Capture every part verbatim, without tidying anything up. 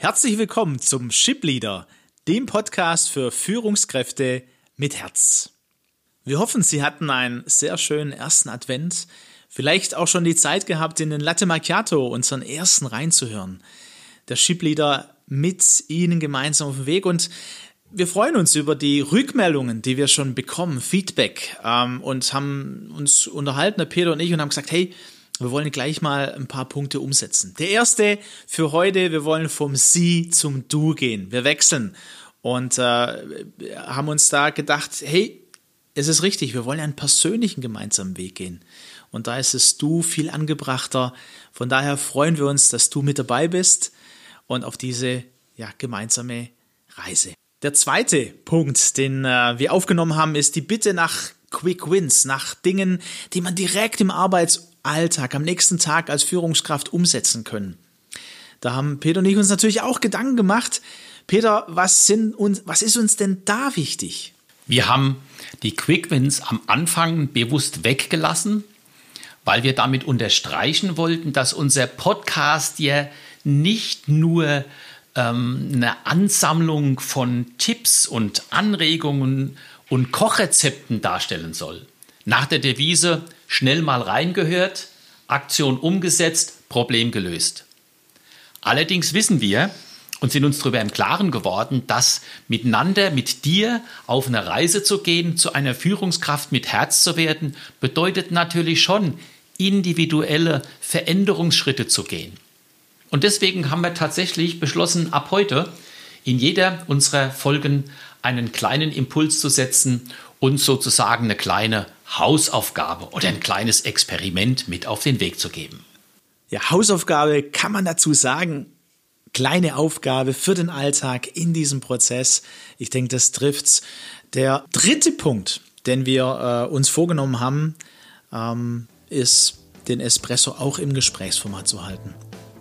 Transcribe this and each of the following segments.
Herzlich willkommen zum Shipleader, dem Podcast für Führungskräfte mit Herz. Wir hoffen, Sie hatten einen sehr schönen ersten Advent, vielleicht auch schon die Zeit gehabt, in den Latte Macchiato, unseren ersten, reinzuhören. Der Shipleader mit Ihnen gemeinsam auf dem Weg, und wir freuen uns über die Rückmeldungen, die wir schon bekommen, Feedback, ähm, und haben uns unterhalten, der Peter und ich, und haben gesagt, hey, wir wollen gleich mal ein paar Punkte umsetzen. Der erste für heute, wir wollen vom Sie zum Du gehen. Wir wechseln und äh, haben uns da gedacht, hey, es ist richtig, wir wollen einen persönlichen gemeinsamen Weg gehen. Und da ist das Du viel angebrachter. Von daher freuen wir uns, dass du mit dabei bist und auf diese ja, gemeinsame Reise. Der zweite Punkt, den äh, wir aufgenommen haben, ist die Bitte nach Quick Wins, nach Dingen, die man direkt im Arbeitsalltag, am nächsten Tag als Führungskraft umsetzen können. Da haben Peter und ich uns natürlich auch Gedanken gemacht. Peter, was sind uns, was ist uns denn da wichtig? Wir haben die Quick Wins am Anfang bewusst weggelassen, weil wir damit unterstreichen wollten, dass unser Podcast ja nicht nur ähm, eine Ansammlung von Tipps und Anregungen und Kochrezepten darstellen soll. Nach der Devise, schnell mal reingehört, Aktion umgesetzt, Problem gelöst. Allerdings wissen wir und sind uns darüber im Klaren geworden, dass miteinander, mit dir auf eine Reise zu gehen, zu einer Führungskraft mit Herz zu werden, bedeutet natürlich schon, individuelle Veränderungsschritte zu gehen. Und deswegen haben wir tatsächlich beschlossen, ab heute in jeder unserer Folgen einen kleinen Impuls zu setzen und sozusagen eine kleine Hausaufgabe oder ein kleines Experiment mit auf den Weg zu geben. Ja, Hausaufgabe kann man dazu sagen. Kleine Aufgabe für den Alltag in diesem Prozess. Ich denke, das trifft's. Der dritte Punkt, den wir äh, uns vorgenommen haben, ähm, ist, den Espresso auch im Gesprächsformat zu halten.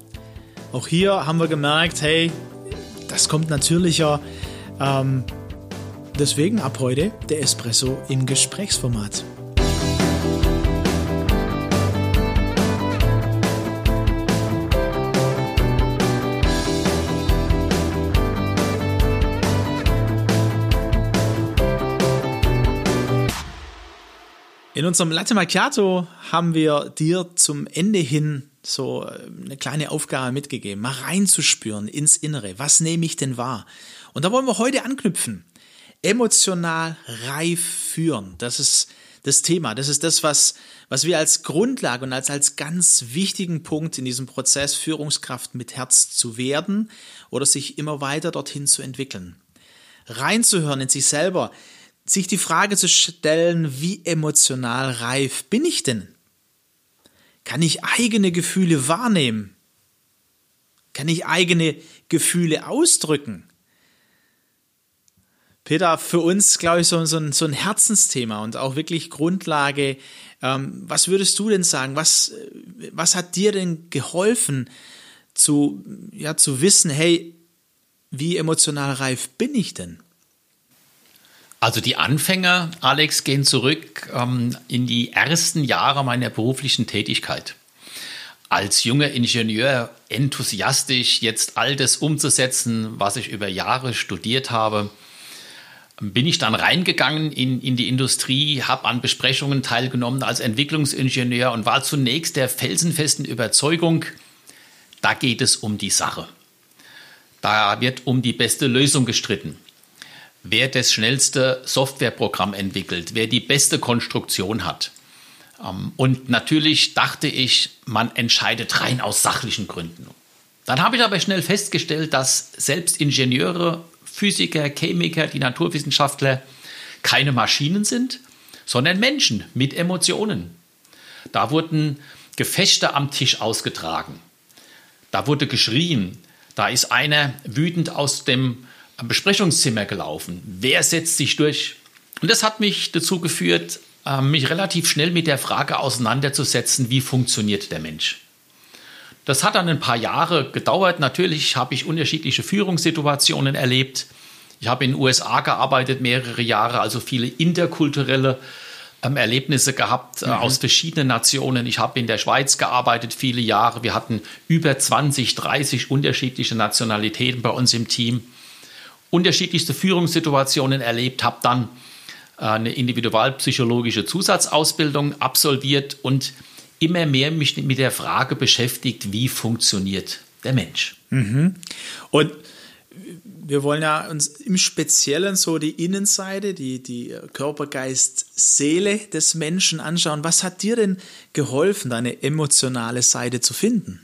Auch hier haben wir gemerkt, hey, das kommt natürlicher. Ähm, deswegen ab heute der Espresso im Gesprächsformat. In unserem Latte Macchiato haben wir dir zum Ende hin so eine kleine Aufgabe mitgegeben, mal reinzuspüren ins Innere. Was nehme ich denn wahr? Und da wollen wir heute anknüpfen. Emotional reif führen. Das ist das Thema. Das ist das, was, was wir als Grundlage und als, als ganz wichtigen Punkt in diesem Prozess, Führungskraft mit Herz zu werden oder sich immer weiter dorthin zu entwickeln. Reinzuhören in sich selber, sich die Frage zu stellen, wie emotional reif bin ich denn? Kann ich eigene Gefühle wahrnehmen? Kann ich eigene Gefühle ausdrücken? Peter, für uns, glaube ich, so, so, ein, so ein Herzensthema und auch wirklich Grundlage. Ähm, was würdest du denn sagen? Was, was hat dir denn geholfen, zu, ja, zu wissen, hey, wie emotional reif bin ich denn? Also die Anfänge, Alex, gehen zurück ähm, in die ersten Jahre meiner beruflichen Tätigkeit. Als junger Ingenieur enthusiastisch jetzt all das umzusetzen, was ich über Jahre studiert habe, bin ich dann reingegangen in, in die Industrie, habe an Besprechungen teilgenommen als Entwicklungsingenieur und war zunächst der felsenfesten Überzeugung, da geht es um die Sache. Da wird um die beste Lösung gestritten. Wer das schnellste Softwareprogramm entwickelt, wer die beste Konstruktion hat. Und natürlich dachte ich, man entscheidet rein aus sachlichen Gründen. Dann habe ich aber schnell festgestellt, dass selbst Ingenieure, Physiker, Chemiker, die Naturwissenschaftler keine Maschinen sind, sondern Menschen mit Emotionen. Da wurden Gefechte am Tisch ausgetragen. Da wurde geschrien. Da ist einer wütend aus dem Besprechungszimmer gelaufen. Wer setzt sich durch? Und das hat mich dazu geführt, mich relativ schnell mit der Frage auseinanderzusetzen, wie funktioniert der Mensch? Das hat dann ein paar Jahre gedauert. Natürlich habe ich unterschiedliche Führungssituationen erlebt. Ich habe in den U S A gearbeitet, mehrere Jahre, also viele interkulturelle ähm, Erlebnisse gehabt äh, mhm. aus verschiedenen Nationen. Ich habe in der Schweiz gearbeitet viele Jahre. Wir hatten über zwanzig, dreißig unterschiedliche Nationalitäten bei uns im Team. Unterschiedlichste Führungssituationen erlebt, habe dann äh, eine individualpsychologische Zusatzausbildung absolviert und immer mehr mich mit der Frage beschäftigt, wie funktioniert der Mensch. Mhm. Und wir wollen ja uns im Speziellen so die Innenseite, die, die Körper, Geist, Seele des Menschen anschauen. Was hat dir denn geholfen, deine emotionale Seite zu finden?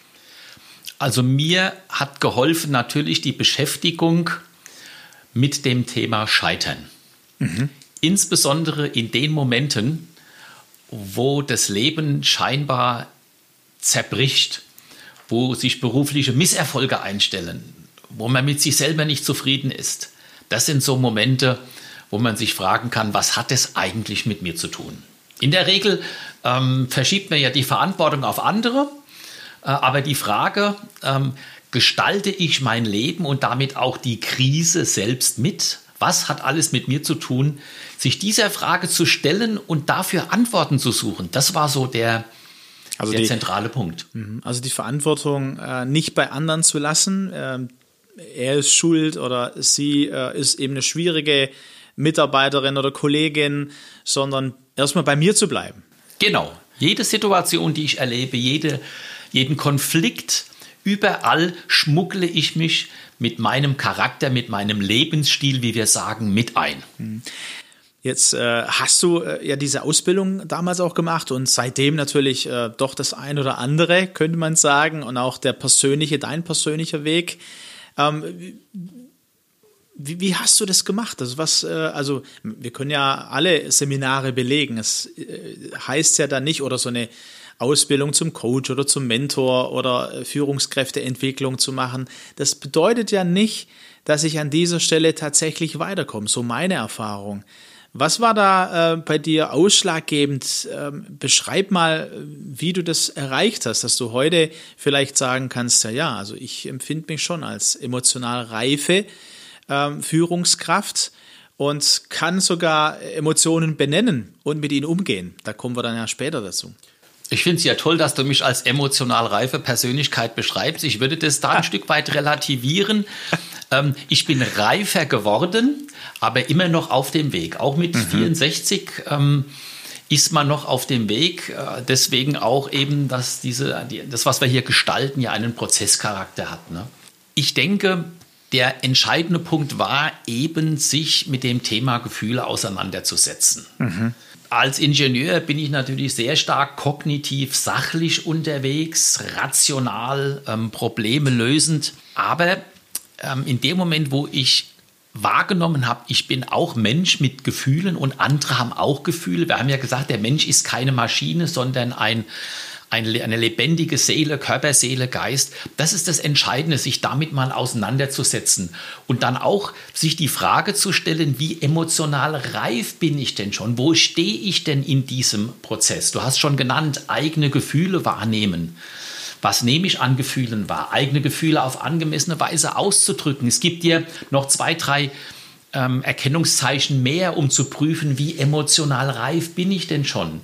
Also mir hat geholfen natürlich die Beschäftigung mit dem Thema Scheitern. Mhm. Insbesondere in den Momenten, wo das Leben scheinbar zerbricht, wo sich berufliche Misserfolge einstellen, wo man mit sich selber nicht zufrieden ist. Das sind so Momente, wo man sich fragen kann, was hat es eigentlich mit mir zu tun? In der Regel ähm, verschiebt man ja die Verantwortung auf andere, äh, aber die Frage, ähm, gestalte ich mein Leben und damit auch die Krise selbst mit? Was hat alles mit mir zu tun? Sich dieser Frage zu stellen und dafür Antworten zu suchen, das war so der, also der die, zentrale Punkt. Also die Verantwortung äh, nicht bei anderen zu lassen. Äh, er ist schuld oder sie äh, ist eben eine schwierige Mitarbeiterin oder Kollegin, sondern erstmal bei mir zu bleiben. Genau. Jede Situation, die ich erlebe, jede, jeden Konflikt, überall schmuggle ich mich mit meinem Charakter, mit meinem Lebensstil, wie wir sagen, mit ein. Jetzt äh, hast du äh, ja diese Ausbildung damals auch gemacht und seitdem natürlich äh, doch das ein oder andere, könnte man sagen, und auch der persönliche, dein persönlicher Weg. Ähm, wie, wie hast du das gemacht? Also was, äh, also wir können ja alle Seminare belegen. Es äh, heißt ja dann nicht, oder so eine Ausbildung zum Coach oder zum Mentor oder Führungskräfteentwicklung zu machen. Das bedeutet ja nicht, dass ich an dieser Stelle tatsächlich weiterkomme. So meine Erfahrung. Was war da äh, bei dir ausschlaggebend? Ähm, beschreib mal, wie du das erreicht hast, dass du heute vielleicht sagen kannst, ja, ja, also ich empfinde mich schon als emotional reife ähm, Führungskraft und kann sogar Emotionen benennen und mit ihnen umgehen. Da kommen wir dann ja später dazu. Ich finde es ja toll, dass du mich als emotional reife Persönlichkeit beschreibst. Ich würde das da ein Stück weit relativieren. Ähm, ich bin reifer geworden, aber immer noch auf dem Weg. Auch mit mhm. vierundsechzig ähm, ist man noch auf dem Weg. Äh, deswegen auch eben, dass diese, die, das, was wir hier gestalten, ja einen Prozesscharakter hat. Ne? Ich denke, der entscheidende Punkt war eben, sich mit dem Thema Gefühle auseinanderzusetzen. Mhm. Als Ingenieur bin ich natürlich sehr stark kognitiv, sachlich unterwegs, rational, ähm, Probleme lösend. Aber ähm, in dem Moment, wo ich wahrgenommen habe, ich bin auch Mensch mit Gefühlen und andere haben auch Gefühle. Wir haben ja gesagt, der Mensch ist keine Maschine, sondern ein eine lebendige Seele, Körper, Seele, Geist. Das ist das Entscheidende, sich damit mal auseinanderzusetzen und dann auch sich die Frage zu stellen, wie emotional reif bin ich denn schon? Wo stehe ich denn in diesem Prozess? Du hast schon genannt, eigene Gefühle wahrnehmen. Was nehme ich an Gefühlen wahr? Eigene Gefühle auf angemessene Weise auszudrücken. Es gibt dir noch zwei, drei ähm, Erkennungszeichen mehr, um zu prüfen, wie emotional reif bin ich denn schon?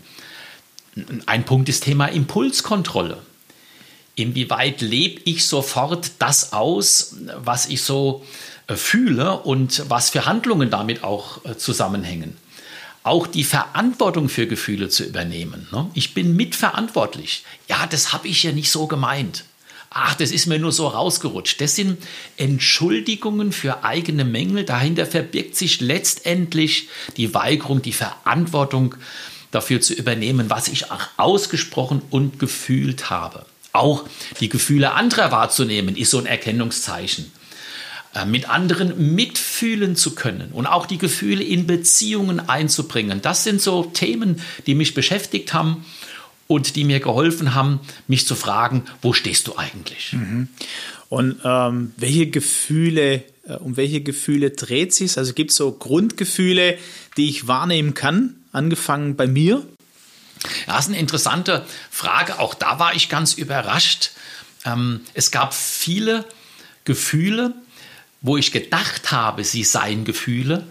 Ein Punkt ist Thema Impulskontrolle. Inwieweit lebe ich sofort das aus, was ich so äh, fühle und was für Handlungen damit auch äh, zusammenhängen. Auch die Verantwortung für Gefühle zu übernehmen. Ne? Ich bin mitverantwortlich. Ja, das habe ich ja nicht so gemeint. Ach, das ist mir nur so rausgerutscht. Das sind Entschuldigungen für eigene Mängel. Dahinter verbirgt sich letztendlich die Weigerung, die Verantwortung dafür zu übernehmen, was ich auch ausgesprochen und gefühlt habe. Auch die Gefühle anderer wahrzunehmen, ist so ein Erkennungszeichen. Äh, mit anderen mitfühlen zu können und auch die Gefühle in Beziehungen einzubringen. Das sind so Themen, die mich beschäftigt haben und die mir geholfen haben, mich zu fragen, wo stehst du eigentlich? Mhm. Und ähm, welche Gefühle, äh, um welche Gefühle dreht es sich? Also gibt es so Grundgefühle, die ich wahrnehmen kann? Angefangen bei mir? Ja, das ist eine interessante Frage. Auch da war ich ganz überrascht. Ähm, es gab viele Gefühle, wo ich gedacht habe, sie seien Gefühle,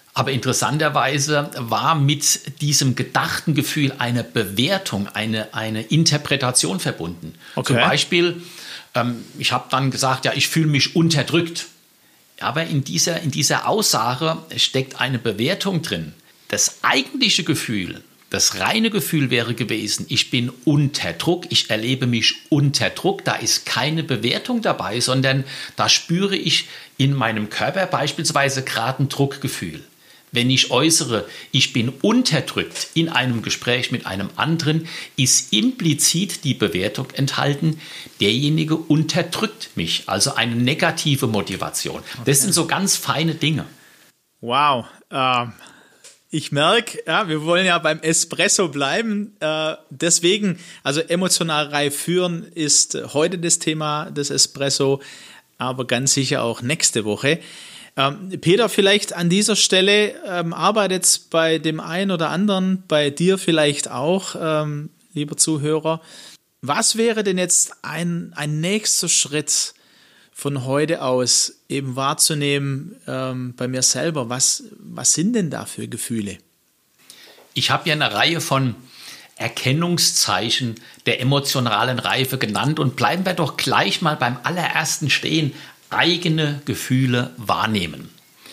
Aber interessanterweise war mit diesem gedachten Gefühl eine Bewertung, eine, eine Interpretation verbunden. Okay. Zum Beispiel, ähm, ich habe dann gesagt, ja, ich fühle mich unterdrückt. Aber in dieser, in dieser Aussage steckt eine Bewertung drin. Das eigentliche Gefühl, das reine Gefühl wäre gewesen, ich bin unter Druck, ich erlebe mich unter Druck. Da ist keine Bewertung dabei, sondern da spüre ich in meinem Körper beispielsweise gerade ein Druckgefühl. Wenn ich äußere, ich bin unterdrückt in einem Gespräch mit einem anderen, ist implizit die Bewertung enthalten, derjenige unterdrückt mich, also eine negative Motivation. Okay. Das sind so ganz feine Dinge. Wow, ähm, ich merke, ja, wir wollen ja beim Espresso bleiben, äh, deswegen, also emotional reif führen ist heute das Thema des Espresso, aber ganz sicher auch nächste Woche. Ähm, Peter, vielleicht an dieser Stelle ähm, arbeitet es bei dem einen oder anderen, bei dir vielleicht auch, ähm, lieber Zuhörer. Was wäre denn jetzt ein, ein nächster Schritt von heute aus eben wahrzunehmen ähm, bei mir selber? Was, was sind denn da für Gefühle? Ich habe ja eine Reihe von Erkennungszeichen der emotionalen Reife genannt und bleiben wir doch gleich mal beim allerersten stehen. Eigene Gefühle wahrnehmen.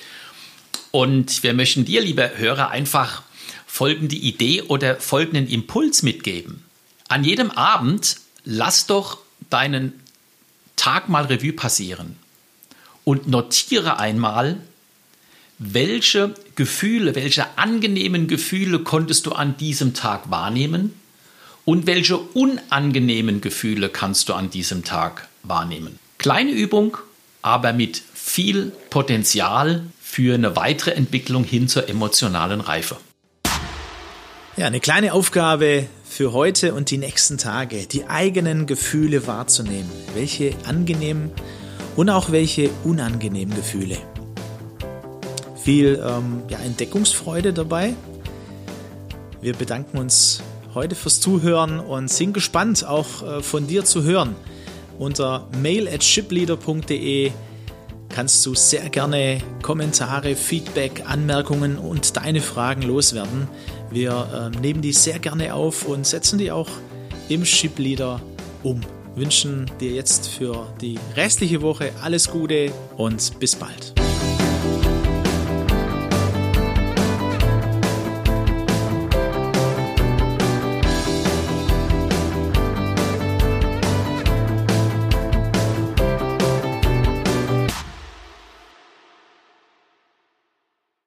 Und wir möchten dir, lieber Hörer, einfach folgende Idee oder folgenden Impuls mitgeben. An jedem Abend lass doch deinen Tag mal Revue passieren und notiere einmal, welche Gefühle, welche angenehmen Gefühle konntest du an diesem Tag wahrnehmen und welche unangenehmen Gefühle kannst du an diesem Tag wahrnehmen. Kleine Übung, aber mit viel Potenzial für eine weitere Entwicklung hin zur emotionalen Reife. Ja, eine kleine Aufgabe für heute und die nächsten Tage, die eigenen Gefühle wahrzunehmen. Welche angenehmen und auch welche unangenehmen Gefühle. Viel ähm, ja, Entdeckungsfreude dabei. Wir bedanken uns heute fürs Zuhören und sind gespannt, auch äh, von dir zu hören. Unter mail at shipleader punkt de kannst du sehr gerne Kommentare, Feedback, Anmerkungen und deine Fragen loswerden. Wir äh, nehmen die sehr gerne auf und setzen die auch im Shipleader um. Wünschen dir jetzt für die restliche Woche alles Gute und bis bald.